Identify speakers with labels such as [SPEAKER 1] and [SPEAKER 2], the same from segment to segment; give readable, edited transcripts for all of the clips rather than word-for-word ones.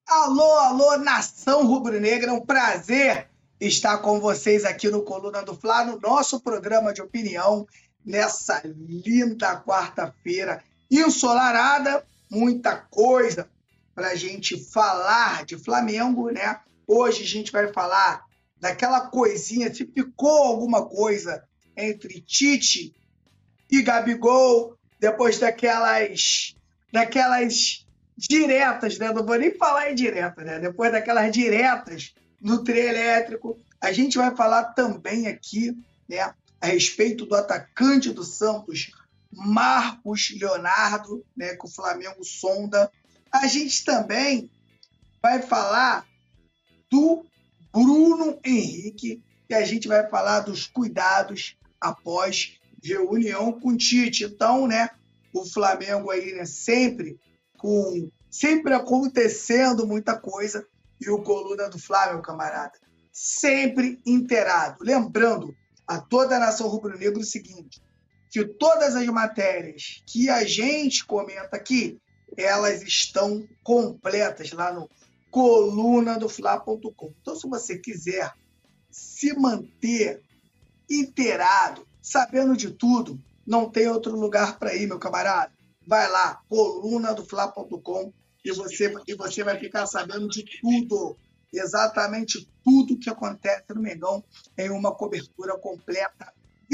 [SPEAKER 1] Alô, alô, nação rubro-negra, é um prazer estar com vocês aqui no Coluna do Fla, no nosso programa de opinião, nessa linda quarta-feira ensolarada, muita coisa para a gente falar de Flamengo, né? Hoje a gente vai falar daquela coisinha, se ficou alguma coisa entre Tite e Gabigol, depois daquelas diretas, né? Não vou nem falar em direta, né? Depois daquelas diretas no trio elétrico, a gente vai falar também aqui, né, a respeito do atacante do Santos, Marcos Leonardo, né, que o Flamengo sonda. A gente também vai falar do Bruno Henrique e a gente vai falar dos cuidados após reunião com o Tite. Então, né, o Flamengo aí, né, sempre acontecendo muita coisa, e o Coluna do Fla, meu camarada, sempre inteirado. Lembrando a toda a nação rubro-negra o seguinte, que todas as matérias que a gente comenta aqui, elas estão completas lá no colunadofla.com. Então, se você quiser se manter inteirado, sabendo de tudo, não tem outro lugar para ir, meu camarada. Vai lá, colunadofla.com, e você vai ficar sabendo de tudo, exatamente tudo que acontece no Mengão em uma cobertura completa,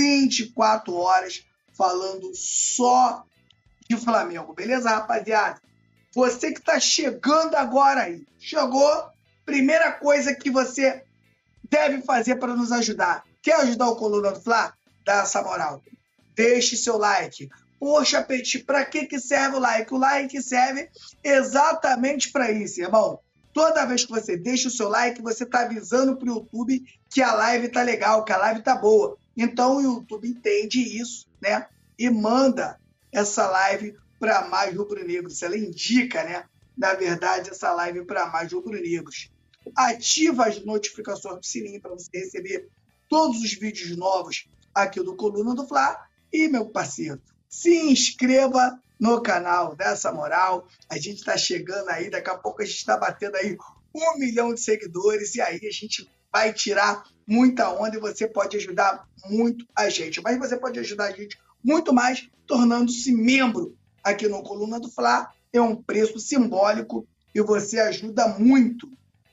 [SPEAKER 1] 24 horas, falando só de Flamengo. Beleza, rapaziada? Você que está chegando agora aí, chegou, primeira coisa que você deve fazer para nos ajudar. Quer ajudar o Coluna do Fla? Dá essa moral. Deixe seu like. Poxa, Petit, para que serve o like? O like serve exatamente para isso, irmão. Toda vez que você deixa o seu like, você está avisando para o YouTube que a live tá legal, que a live tá boa. Então o YouTube entende isso, né? E manda essa live para mais rubro-negros. Ela indica, né? Na verdade, essa live para mais rubro-negros. Ativa as notificações do sininho para você receber todos os vídeos novos aqui do Coluna do Fla. E, meu parceiro, se inscreva no canal, dessa moral. A gente está chegando aí, daqui a pouco a gente está batendo aí 1 milhão de seguidores, e aí a gente vai tirar muita onda e você pode ajudar muito a gente. Mas você pode ajudar a gente muito mais tornando-se membro aqui no Coluna do Fla. É um preço simbólico e você ajuda muito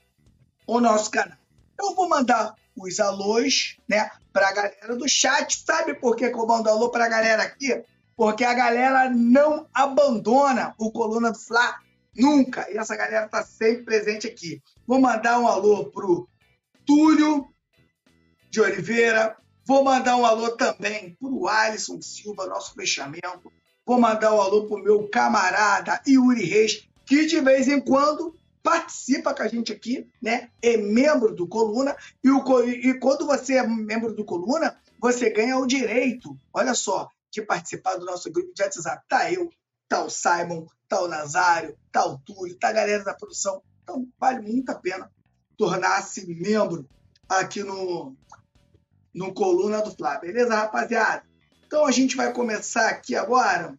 [SPEAKER 1] o nosso canal. Eu vou mandar os alôs, né, para a galera do chat. Sabe por que eu mando alô para a galera aqui? Porque a galera não abandona o Coluna do Fla nunca. E essa galera está sempre presente aqui. Vou mandar um alô pro Túlio de Oliveira. Vou mandar um alô também pro Alisson Silva, nosso fechamento. Vou mandar um alô pro meu camarada Yuri Reis, que de vez em quando participa com a gente aqui, né? É membro do Coluna. E quando você é membro do Coluna, você ganha o direito, olha só, de participar do nosso grupo de WhatsApp. Tá eu, tá o Simon, tá o Nazário, tá o Túlio, tá a galera da produção. Então, vale muito a pena tornar-se membro aqui no Coluna do Fla. Beleza, rapaziada? Então, a gente vai começar aqui agora.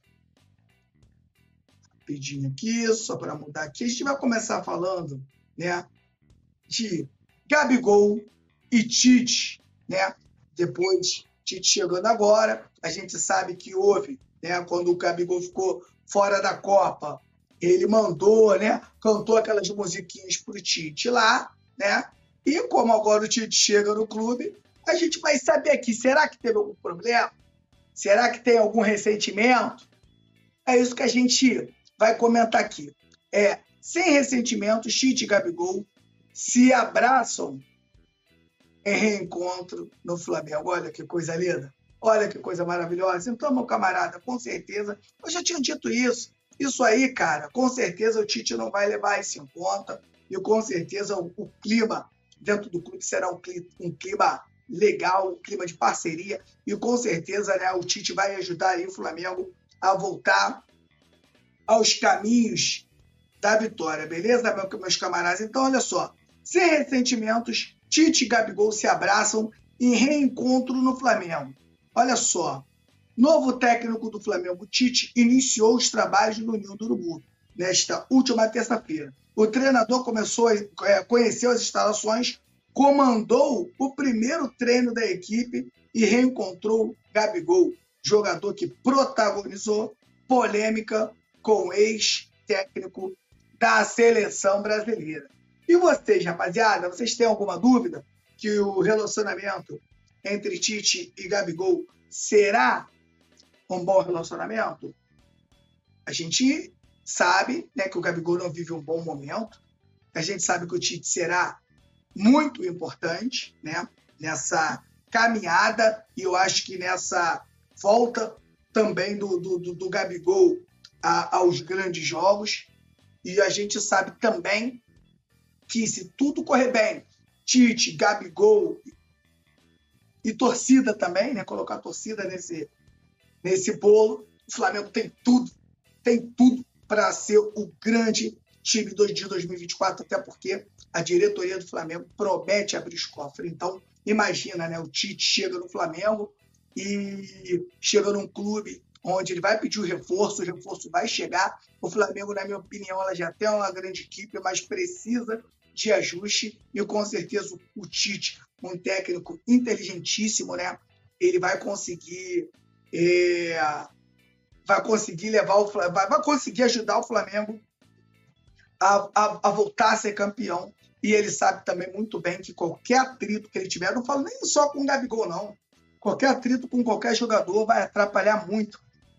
[SPEAKER 1] Rapidinho aqui, só para mudar aqui. A gente vai começar falando, né, de Gabigol e Tite, né? Depois, Tite chegando agora, a gente sabe que houve, né, quando o Gabigol ficou fora da Copa, ele mandou, né, cantou aquelas musiquinhas pro Tite lá, né? E como agora o Tite chega no clube, a gente vai saber aqui, será que teve algum problema? Será que tem algum ressentimento? É isso que a gente vai comentar aqui. Sem ressentimento, Tite e Gabigol se abraçam em reencontro no Flamengo. Olha que coisa linda. Olha que coisa maravilhosa. Então, meu camarada, com certeza, eu já tinha dito isso. Isso aí, cara, com certeza o Tite não vai levar isso em conta e com certeza o clima dentro do clube será um clima legal, um clima de parceria e com certeza, né, o Tite vai ajudar aí o Flamengo a voltar aos caminhos da vitória, beleza, meus camaradas? Então, olha só, sem ressentimentos, Tite e Gabigol se abraçam em reencontro no Flamengo. Olha só, novo técnico do Flamengo, Tite, iniciou os trabalhos no Ninho do Urubu nesta última terça-feira. O treinador conheceu as instalações, comandou o primeiro treino da equipe e reencontrou Gabigol, jogador que protagonizou polêmica com o ex-técnico da seleção brasileira. E vocês, rapaziada, vocês têm alguma dúvida que o relacionamento entre Tite e Gabigol será um bom relacionamento? A gente sabe, né, que o Gabigol não vive um bom momento. A gente sabe que o Tite será muito importante, né, nessa caminhada, e eu acho que nessa volta também do Gabigol aos grandes jogos. E a gente sabe também que, se tudo correr bem, Tite, Gabigol e torcida também, né, colocar a torcida nesse bolo, o Flamengo tem tudo para ser o grande time de 2024, até porque a diretoria do Flamengo promete abrir os cofres. Então, imagina, né, o Tite chega no Flamengo e chega num clube onde ele vai pedir o reforço vai chegar. O Flamengo, na minha opinião, ela já tem uma grande equipe, mas precisa de ajuste, e com certeza o Tite, um técnico inteligentíssimo, né, ele vai conseguir vai conseguir ajudar o Flamengo a voltar a ser campeão. E ele sabe também muito bem que qualquer atrito que ele tiver, não falo nem só com o Gabigol, não, qualquer atrito com qualquer jogador vai atrapalhar muito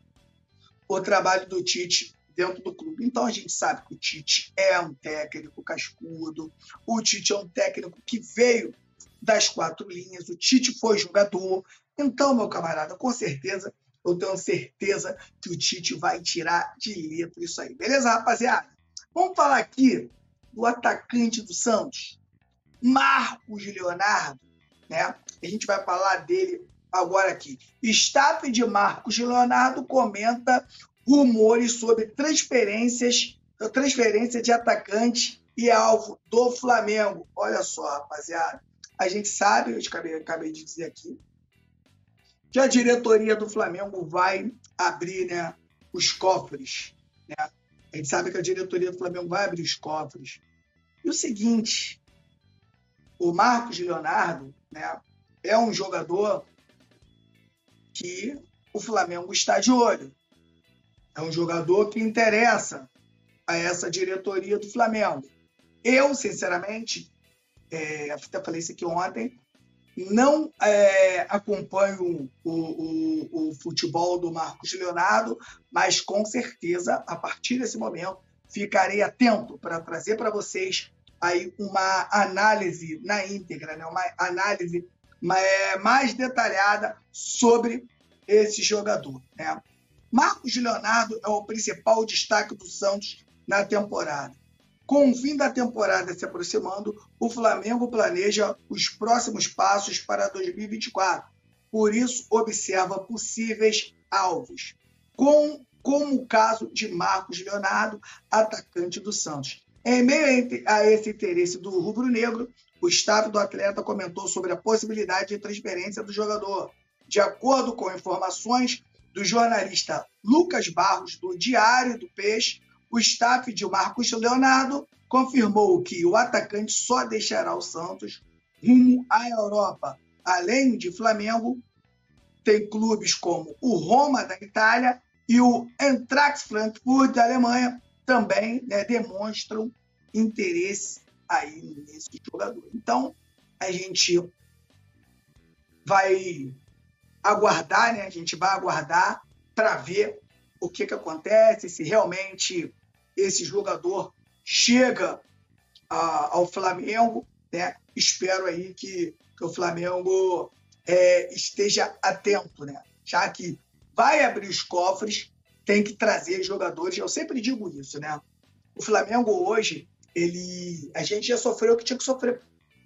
[SPEAKER 1] o trabalho do Tite dentro do clube. Então a gente sabe que o Tite é um técnico cascudo, o Tite é um técnico que veio das 4 linhas, o Tite foi jogador. Então, meu camarada, com certeza, eu tenho certeza que o Tite vai tirar de letra isso aí. Beleza, rapaziada? Vamos falar aqui do atacante do Santos, Marcos Leonardo, né? A gente vai falar dele agora aqui. Staff de Marcos Leonardo comenta rumores sobre transferência de atacante e alvo do Flamengo. Olha só, rapaziada. A gente sabe, eu acabei de dizer aqui, que a diretoria do Flamengo vai abrir, né, os cofres, né? A gente sabe que a diretoria do Flamengo vai abrir os cofres. E o seguinte, o Marcos Leonardo, né, é um jogador que o Flamengo está de olho. É um jogador que interessa a essa diretoria do Flamengo. Eu, sinceramente, até falei isso aqui ontem, não acompanho o futebol do Marcos Leonardo, mas com certeza, a partir desse momento, ficarei atento para trazer para vocês aí uma análise na íntegra, né? Uma análise mais detalhada sobre esse jogador, né? Marcos Leonardo é o principal destaque do Santos na temporada. Com o fim da temporada se aproximando, o Flamengo planeja os próximos passos para 2024. Por isso, observa possíveis alvos, como o caso de Marcos Leonardo, atacante do Santos. Em meio a esse interesse do rubro-negro, o staff do atleta comentou sobre a possibilidade de transferência do jogador. De acordo com informações do jornalista Lucas Barros, do Diário do Peixe, o staff de Marcos Leonardo confirmou que o atacante só deixará o Santos rumo à Europa. Além de Flamengo, tem clubes como o Roma da Itália e o Eintracht Frankfurt da Alemanha também, né, demonstram interesse aí nesse jogador. Então, a gente vai aguardar, né? A gente vai aguardar para ver o que acontece, se realmente esse jogador chega ao Flamengo, né? Espero aí que o Flamengo esteja atento, né? Já que vai abrir os cofres, tem que trazer jogadores. Eu sempre digo isso, né? O Flamengo hoje, a gente já sofreu o que tinha que sofrer.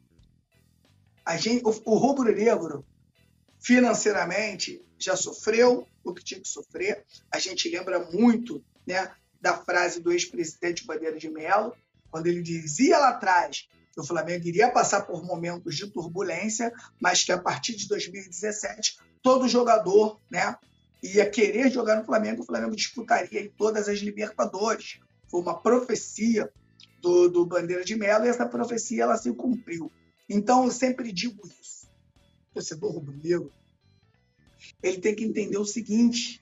[SPEAKER 1] O rubro-negro, financeiramente, já sofreu o que tinha que sofrer. A gente lembra muito, né, da frase do ex-presidente Bandeira de Mello, quando ele dizia lá atrás que o Flamengo iria passar por momentos de turbulência, mas que a partir de 2017 todo jogador, né, ia querer jogar no Flamengo, o Flamengo disputaria em todas as Libertadores. Foi uma profecia do Bandeira de Melo, e essa profecia ela se cumpriu. Então, eu sempre digo isso. O torcedor rubro-negro, ele tem que entender o seguinte: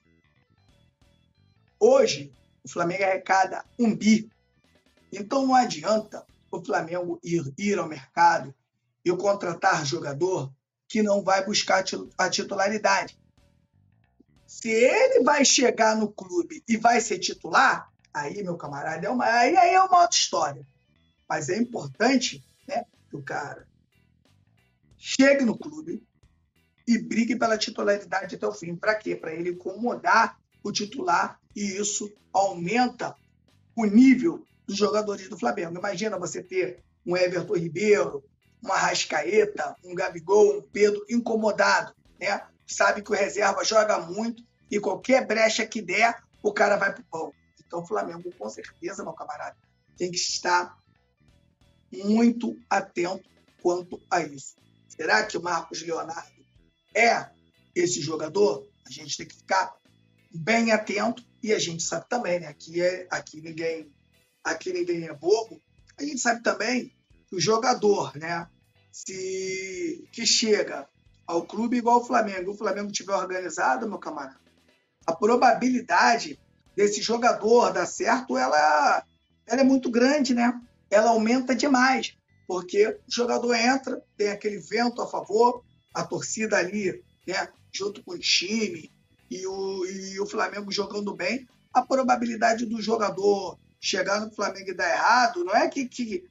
[SPEAKER 1] hoje, o Flamengo arrecada 1 bi. Então, não adianta o Flamengo ir ao mercado e contratar jogador que não vai buscar a titularidade. Se ele vai chegar no clube e vai ser titular, aí, meu camarada, aí é uma outra história. Mas é importante, né, que o cara chegue no clube e brigue pela titularidade até o fim. Para quê? Para ele incomodar o titular, e isso aumenta o nível dos jogadores do Flamengo. Imagina você ter um Everton Ribeiro, um Arrascaeta, um Gabigol, um Pedro incomodado, né? Sabe que o reserva joga muito e qualquer brecha que der, o cara vai pro pão. Então o Flamengo, com certeza, meu camarada, tem que estar muito atento quanto a isso. Será que o Marcos Leonardo é esse jogador? A gente tem que ficar bem atento, e a gente sabe também, né? Aqui ninguém é bobo. A gente sabe também que o jogador, né, que chega ao clube igual o Flamengo estiver organizado, meu camarada, a probabilidade desse jogador dar certo, ela é muito grande, né? Ela aumenta demais, porque o jogador entra, tem aquele vento a favor, a torcida ali, né, junto com o time, e o Flamengo jogando bem, a probabilidade do jogador chegar no Flamengo e dar errado, não é que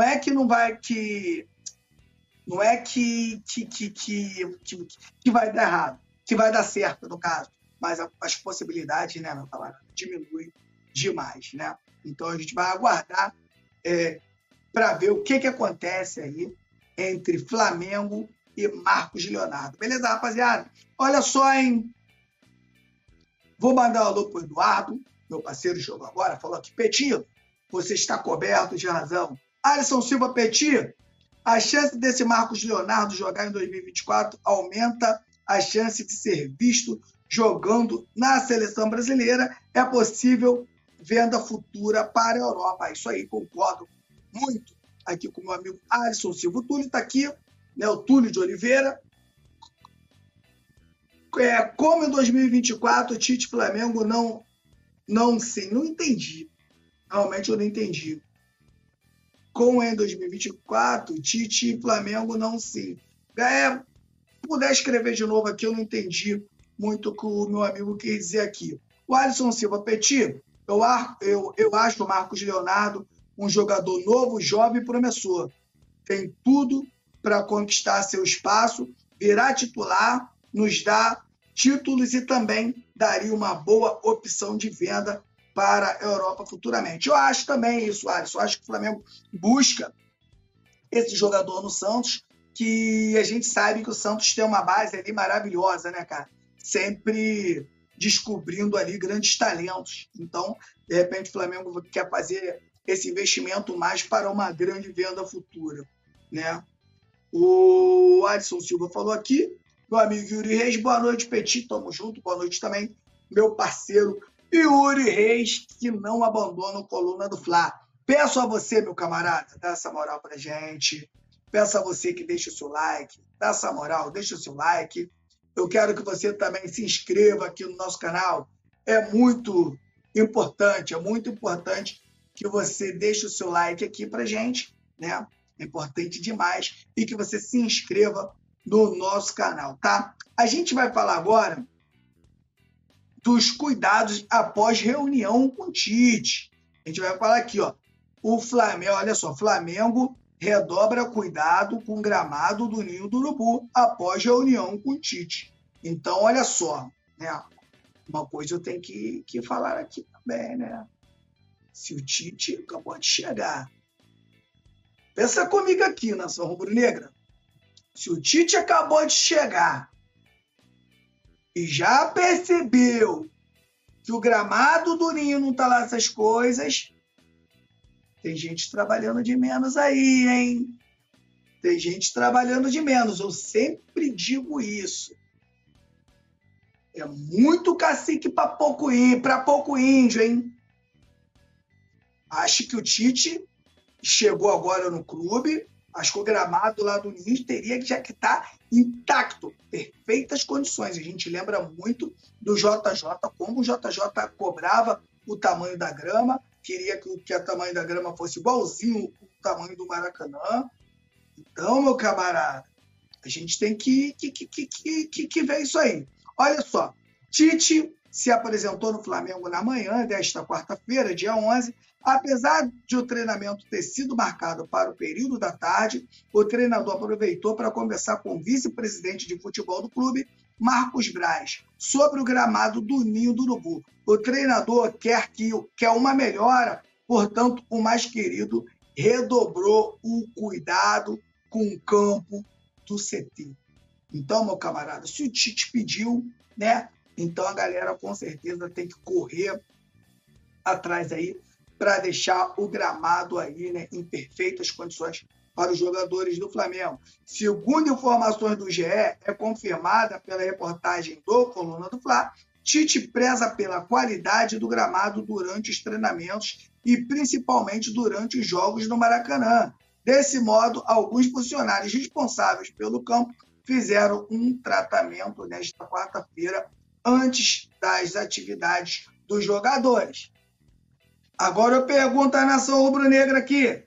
[SPEAKER 1] vai dar errado, que vai dar certo, no caso, mas as possibilidades, né, meu camarada, diminuem demais, né? Então a gente vai aguardar para ver o que acontece aí entre Flamengo e Marcos Leonardo. Beleza, rapaziada? Olha só, hein? Vou mandar um alô pro Eduardo, meu parceiro chegou agora, falou aqui: Petinho, você está coberto de razão. Alisson Silva, Petinho, a chance desse Marcos Leonardo jogar em 2024 aumenta a chance de ser visto jogando na seleção brasileira. É possível venda futura para a Europa. Isso aí, concordo muito aqui com o meu amigo Alisson Silva. O Túlio está aqui, né, o Túlio de Oliveira. Como em 2024 o Tite Flamengo não entendi. Realmente eu não entendi. Como em 2024 Tite e Flamengo não sim. Puder escrever de novo aqui, eu não entendi muito o que o meu amigo quer dizer aqui. O Alisson Silva, Petit, eu acho o Marcos Leonardo um jogador novo, jovem e promissor. Tem tudo para conquistar seu espaço, virar titular, nos dá títulos e também daria uma boa opção de venda para a Europa futuramente. Eu acho também isso, Alisson. Eu acho que o Flamengo busca esse jogador no Santos, que a gente sabe que o Santos tem uma base ali maravilhosa, né, cara? Sempre descobrindo ali grandes talentos. Então, de repente, o Flamengo quer fazer esse investimento mais para uma grande venda futura, né? O Alisson Silva falou aqui, meu amigo Yuri Reis, boa noite, Petit, tamo junto, boa noite também, meu parceiro Yuri Reis, que não abandona o Coluna do Fla. Peço a você, meu camarada, dá essa moral pra gente, peço a você que deixe o seu like, dá essa moral, deixa o seu like, eu quero que você também se inscreva aqui no nosso canal, é muito importante que você deixe o seu like aqui pra gente, né? É importante demais, e que você se inscreva no nosso canal, tá? A gente vai falar agora dos cuidados após reunião com o Tite. A gente vai falar aqui, ó, o Flamengo, olha só, Flamengo redobra cuidado com o gramado do Ninho do Urubu após reunião com o Tite. Então, olha só, né? Uma coisa eu tenho que falar aqui também, né? Se o Tite acabou de chegar, pensa comigo aqui, nação rubro-negra. Se o Tite acabou de chegar e já percebeu que o gramado do Ninho não tá lá essas coisas, tem gente trabalhando de menos aí, hein? Tem gente trabalhando de menos. Eu sempre digo isso. É muito cacique para pouco índio, hein? Acho que o Tite chegou agora no clube. Acho que o gramado lá do Ninho teria que já que estar intacto, perfeitas condições. A gente lembra muito do JJ, como o JJ cobrava o tamanho da grama, queria que o tamanho da grama fosse igualzinho o tamanho do Maracanã. Então, meu camarada, a gente tem que ver isso aí. Olha só, Tite se apresentou no Flamengo na manhã desta quarta-feira, dia 11. Apesar de o treinamento ter sido marcado para o período da tarde, o treinador aproveitou para conversar com o vice-presidente de futebol do clube, Marcos Braz, sobre o gramado do Ninho do Urubu. O treinador quer uma melhora, portanto, o mais querido redobrou o cuidado com o campo do CT. Então, meu camarada, se o Tite pediu, né? Então a galera com certeza tem que correr atrás aí para deixar o gramado aí, né, em perfeitas condições para os jogadores do Flamengo. Segundo informações do GE, é confirmada pela reportagem do Coluna do Fla, Tite preza pela qualidade do gramado durante os treinamentos e principalmente durante os jogos no Maracanã. Desse modo, alguns funcionários responsáveis pelo campo fizeram um tratamento nesta quarta-feira antes das atividades dos jogadores. Agora eu pergunto à nação rubro-negra aqui.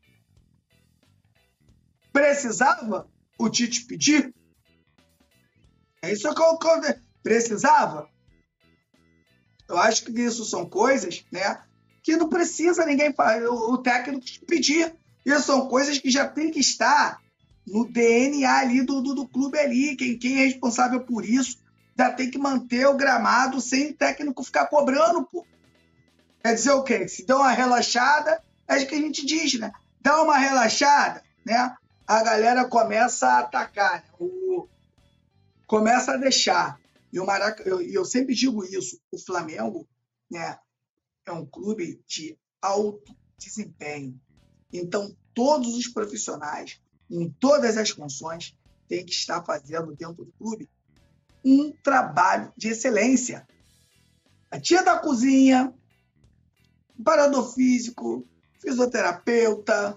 [SPEAKER 1] Precisava o Tite pedir? É isso que eu precisava? Eu acho que isso são coisas, né, que não precisa ninguém o técnico pedir. Isso são coisas que já tem que estar no DNA ali do clube ali. Quem é responsável por isso já tem que manter o gramado sem o técnico ficar cobrando, pô. Quer dizer o quê? Se dá uma relaxada, é o que a gente diz, né? Dá uma relaxada, né? A galera começa a atacar, né? Começa a deixar. E eu sempre digo isso, o Flamengo, né, é um clube de alto desempenho. Então, todos os profissionais, em todas as funções, têm que estar fazendo dentro do clube um trabalho de excelência. A tia da cozinha, preparador físico, fisioterapeuta,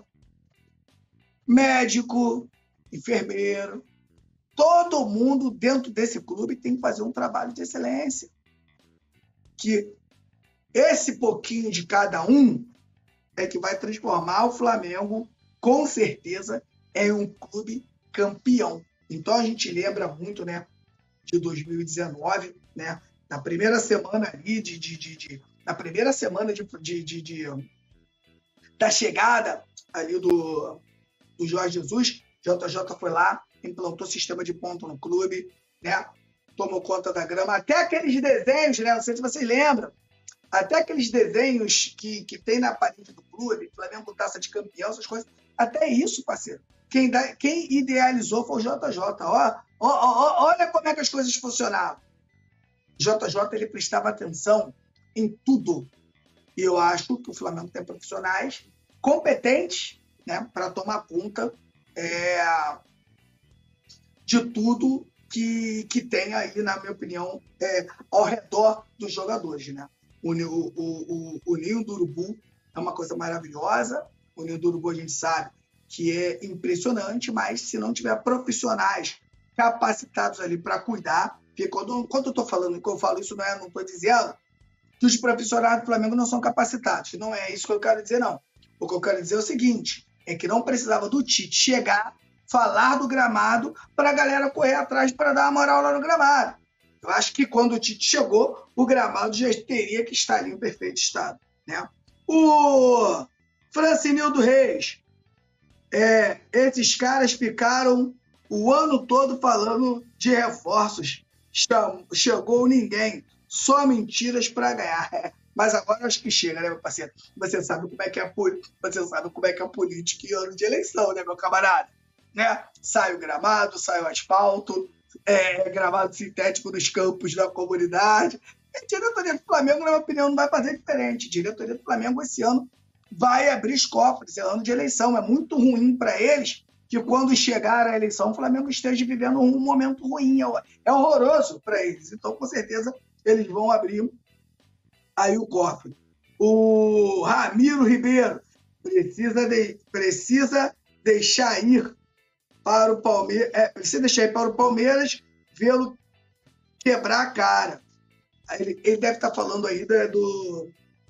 [SPEAKER 1] médico, enfermeiro, todo mundo dentro desse clube tem que fazer um trabalho de excelência. Que esse pouquinho de cada um é que vai transformar o Flamengo, com certeza, em um clube campeão. Então a gente lembra muito, né, de 2019, né, na primeira semana ali da chegada ali do Jorge Jesus, JJ foi lá, implantou sistema de ponto no clube, né, tomou conta da grama, até aqueles desenhos, né, não sei se vocês lembram, até aqueles desenhos que tem na parede do clube, Flamengo taça de campeão, essas coisas, até isso, parceiro. Quem idealizou foi o JJ. Olha como é que as coisas funcionavam. JJ, ele prestava atenção em tudo. E eu acho que o Flamengo tem profissionais competentes, né, para tomar conta de tudo que tem aí, na minha opinião, ao redor dos jogadores, né? O Ninho do Urubu é uma coisa maravilhosa. O Ninho do Urubu a gente sabe que é impressionante, mas se não tiver profissionais capacitados ali para cuidar, porque quando eu estou falando que eu falo isso, não estou dizendo que os profissionais do Flamengo não são capacitados. Não é isso que eu quero dizer, não. O que eu quero dizer é o seguinte, é que não precisava do Tite chegar, falar do gramado para a galera correr atrás para dar uma moral lá no gramado. Eu acho que quando o Tite chegou, o gramado já teria que estar ali em perfeito estado, né? O Francinildo Reis, esses caras ficaram o ano todo falando de reforços. Chegou ninguém, só mentiras para ganhar. Mas agora acho que chega, né, meu parceiro? Você sabe como é que é a política em ano de eleição, né, meu camarada? Né? Sai o gramado, sai o asfalto, gramado sintético nos campos da comunidade. A diretoria do Flamengo, na minha opinião, não vai fazer diferente. A diretoria do Flamengo esse ano vai abrir os cofres, é ano de eleição. É muito ruim para eles que quando chegar a eleição o Flamengo esteja vivendo um momento ruim. É horroroso para eles. Então, com certeza, eles vão abrir aí o cofre. O Ramiro Ribeiro, precisa deixar ir para o Palmeiras. Precisa deixar ir para o Palmeiras vê-lo quebrar a cara. Ele deve estar falando aí do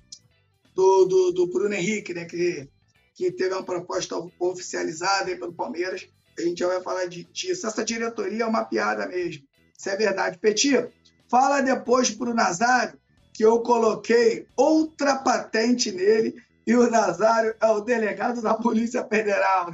[SPEAKER 1] Bruno Henrique, né? Que teve uma proposta oficializada aí pelo Palmeiras. A gente já vai falar disso. Essa diretoria é uma piada mesmo. Isso é verdade. Petit, fala depois para o Nazário que eu coloquei outra patente nele e o Nazário é o delegado da Polícia Federal.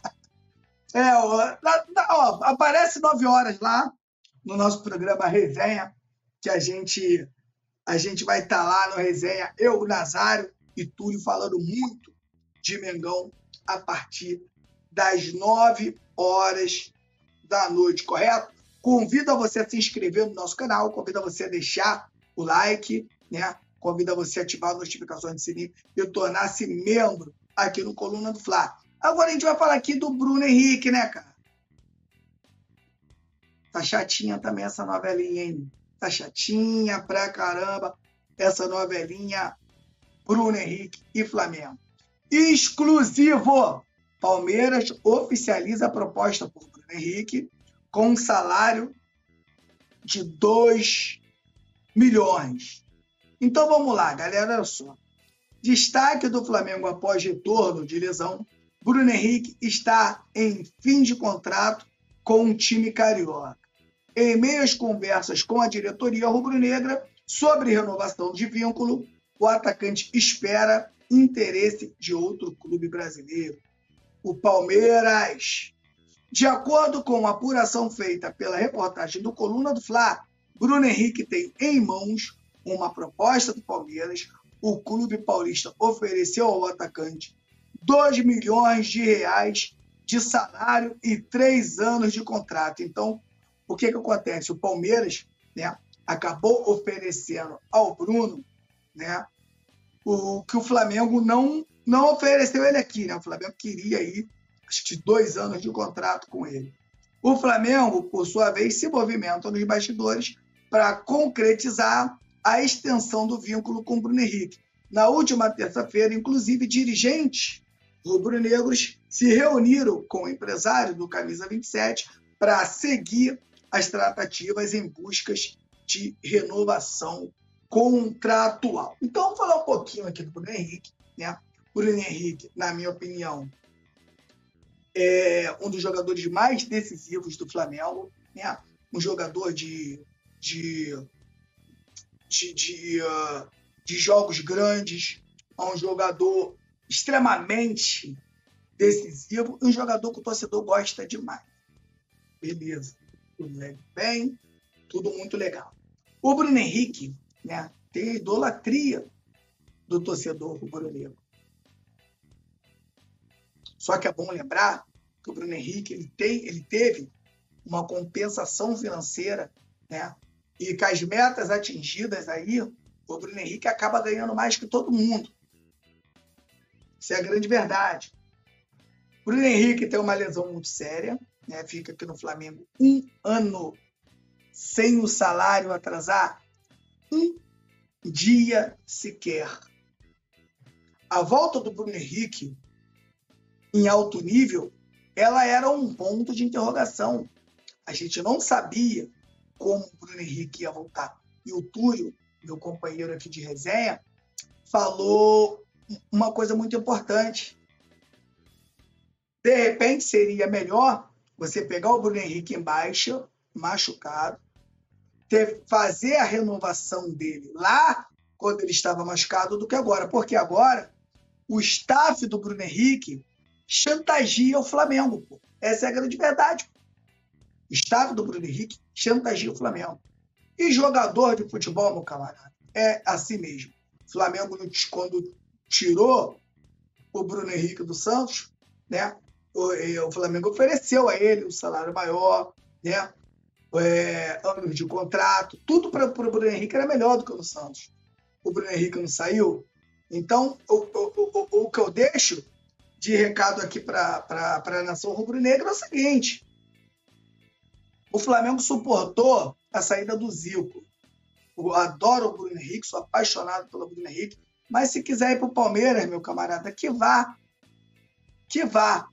[SPEAKER 1] Aparece 9 horas lá no nosso programa Resenha, que a gente vai estar lá no Resenha, eu, o Nazário e Túlio, falando muito de Mengão a partir das 9 horas da noite, correto? Convido você a se inscrever no nosso canal, convido você a deixar o like, né? Convido você a ativar as notificações do sininho e tornar-se membro aqui no Coluna do Fla. Agora a gente vai falar aqui do Bruno Henrique, né, cara? Tá chatinha também essa novelinha, hein? Tá chatinha pra caramba essa novelinha Bruno Henrique e Flamengo. Exclusivo! Palmeiras oficializa a proposta por Bruno Henrique com um salário de 2 milhões. Então vamos lá, galera, olha só. Destaque do Flamengo após retorno de lesão. Bruno Henrique está em fim de contrato com o time carioca. Em meio às conversas com a diretoria rubro-negra sobre renovação de vínculo, o atacante espera interesse de outro clube brasileiro, o Palmeiras. De acordo com a apuração feita pela reportagem do Coluna do Fla, Bruno Henrique tem em mãos uma proposta do Palmeiras. O clube paulista ofereceu ao atacante 2 milhões de reais de salário e 3 anos de contrato. Então, o que acontece? O Palmeiras, né, acabou oferecendo ao Bruno, né, o que o Flamengo não ofereceu ele aqui, né? O Flamengo queria aí, acho que 2 anos de contrato com ele. O Flamengo, por sua vez, se movimenta nos bastidores para concretizar a extensão do vínculo com o Bruno Henrique. Na última terça-feira, inclusive, dirigentes rubro-negros se reuniram com o empresário do Camisa 27 para seguir as tratativas em buscas de renovação contratual. Então, vamos falar um pouquinho aqui do Bruno Henrique, né? O Bruno Henrique, na minha opinião, é um dos jogadores mais decisivos do Flamengo, né? Um jogador de jogos grandes, um jogador extremamente decisivo, um jogador que o torcedor gosta demais. Beleza, tudo bem, tudo muito legal. O Bruno Henrique, né, tem a idolatria do torcedor rubro-negro. Só que é bom lembrar que o Bruno Henrique ele teve uma compensação financeira, né? E com as metas atingidas aí, o Bruno Henrique acaba ganhando mais que todo mundo. Isso é a grande verdade. O Bruno Henrique tem uma lesão muito séria, né? Fica aqui no Flamengo 1 ano sem o salário atrasar 1 dia sequer. A volta do Bruno Henrique em alto nível, ela era um ponto de interrogação. A gente não sabia como o Bruno Henrique ia voltar. E o Túlio, meu companheiro aqui de resenha, falou uma coisa muito importante. De repente, seria melhor você pegar o Bruno Henrique em baixa, machucado, fazer a renovação dele lá, quando ele estava machucado, do que agora. Porque agora, o staff do Bruno Henrique chantageia o Flamengo. Pô. Essa é a grande verdade. O staff do Bruno Henrique chantageia o Flamengo. E jogador de futebol, meu camarada, é assim mesmo. O Flamengo, quando tirou o Bruno Henrique do Santos, né, o Flamengo ofereceu a ele um salário maior, né, anos de contrato, tudo para o Bruno Henrique era melhor do que o do Santos. O Bruno Henrique não saiu. Então, o que eu deixo de recado aqui para a nação rubro-negra é o seguinte: o Flamengo suportou a saída do Zico. Eu adoro o Bruno Henrique, sou apaixonado pelo Bruno Henrique, mas se quiser ir para o Palmeiras, meu camarada, que vá. que vá.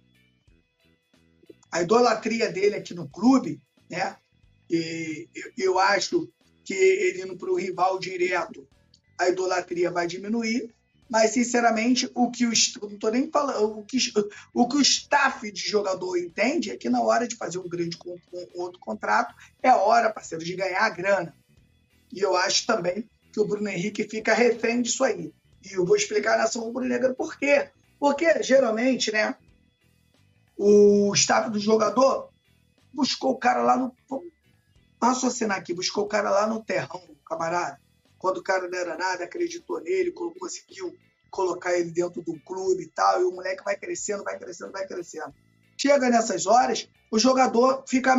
[SPEAKER 1] A idolatria dele aqui no clube, né? E eu acho que ele indo para o rival direto, a idolatria vai diminuir, mas, sinceramente, não estou nem falando, o que o staff de jogador entende é que na hora de fazer um outro contrato, é hora, parceiro, de ganhar a grana. E eu acho também que o Bruno Henrique fica refém disso aí. E eu vou explicar na Nação Rubro-Negra por quê. Porque, geralmente, né, o staff do jogador buscou o cara lá no... Vamos raciocinar aqui. Buscou o cara lá no terrão, camarada. Quando o cara não era nada, acreditou nele, conseguiu colocar ele dentro do clube e tal, e o moleque vai crescendo, vai crescendo, vai crescendo. Chega nessas horas, o jogador fica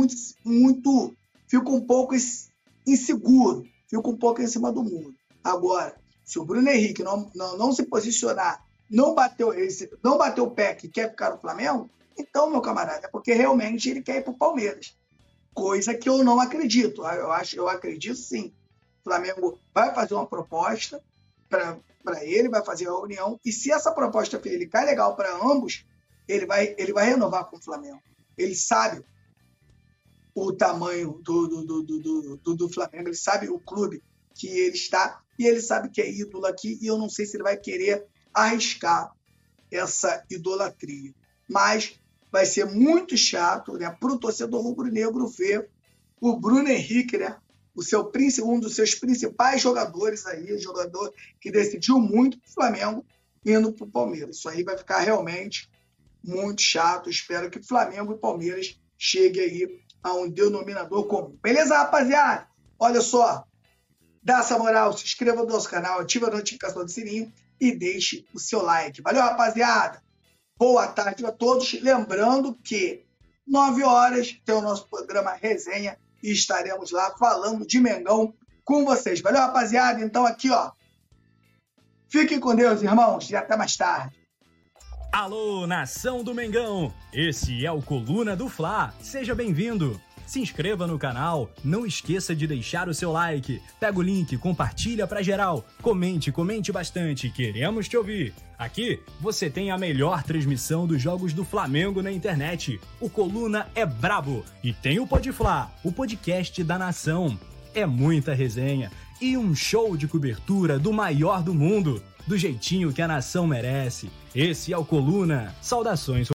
[SPEAKER 1] fica um pouco inseguro, fica um pouco em cima do muro. Agora, se o Bruno Henrique não se posicionar, não bater o pé que quer ficar no Flamengo, então, meu camarada, é porque realmente ele quer ir para o Palmeiras. Coisa que eu não acredito. Eu acredito sim. O Flamengo vai fazer uma proposta para ele, vai fazer a reunião, e se essa proposta ficar legal para ambos, ele vai renovar com o Flamengo. Ele sabe o tamanho do Flamengo, ele sabe o clube que ele está, e ele sabe que é ídolo aqui, e eu não sei se ele vai querer arriscar essa idolatria. Mas vai ser muito chato, né, para o torcedor rubro-negro ver o Bruno Henrique, né, um dos seus principais jogadores aí, jogador que decidiu muito para o Flamengo, indo para o Palmeiras. Isso aí vai ficar realmente muito chato. Espero que Flamengo e Palmeiras cheguem aí a um denominador comum. Beleza, rapaziada? Olha só, dá essa moral, se inscreva no nosso canal, ativa a notificação do sininho e deixe o seu like. Valeu, rapaziada? Boa tarde a todos. Lembrando que 9 horas tem o nosso programa Resenha e estaremos lá falando de Mengão com vocês. Valeu, rapaziada? Então aqui, ó. Fiquem com Deus, irmãos, e até mais tarde.
[SPEAKER 2] Alô, nação do Mengão! Esse é o Coluna do Fla. Seja bem-vindo. Se inscreva no canal, não esqueça de deixar o seu like. Pega o link, compartilha pra geral. Comente bastante, queremos te ouvir. Aqui você tem a melhor transmissão dos jogos do Flamengo na internet. O Coluna é brabo e tem o Pod Fla, o podcast da nação. É muita resenha e um show de cobertura do maior do mundo, do jeitinho que a nação merece. Esse é o Coluna. Saudações.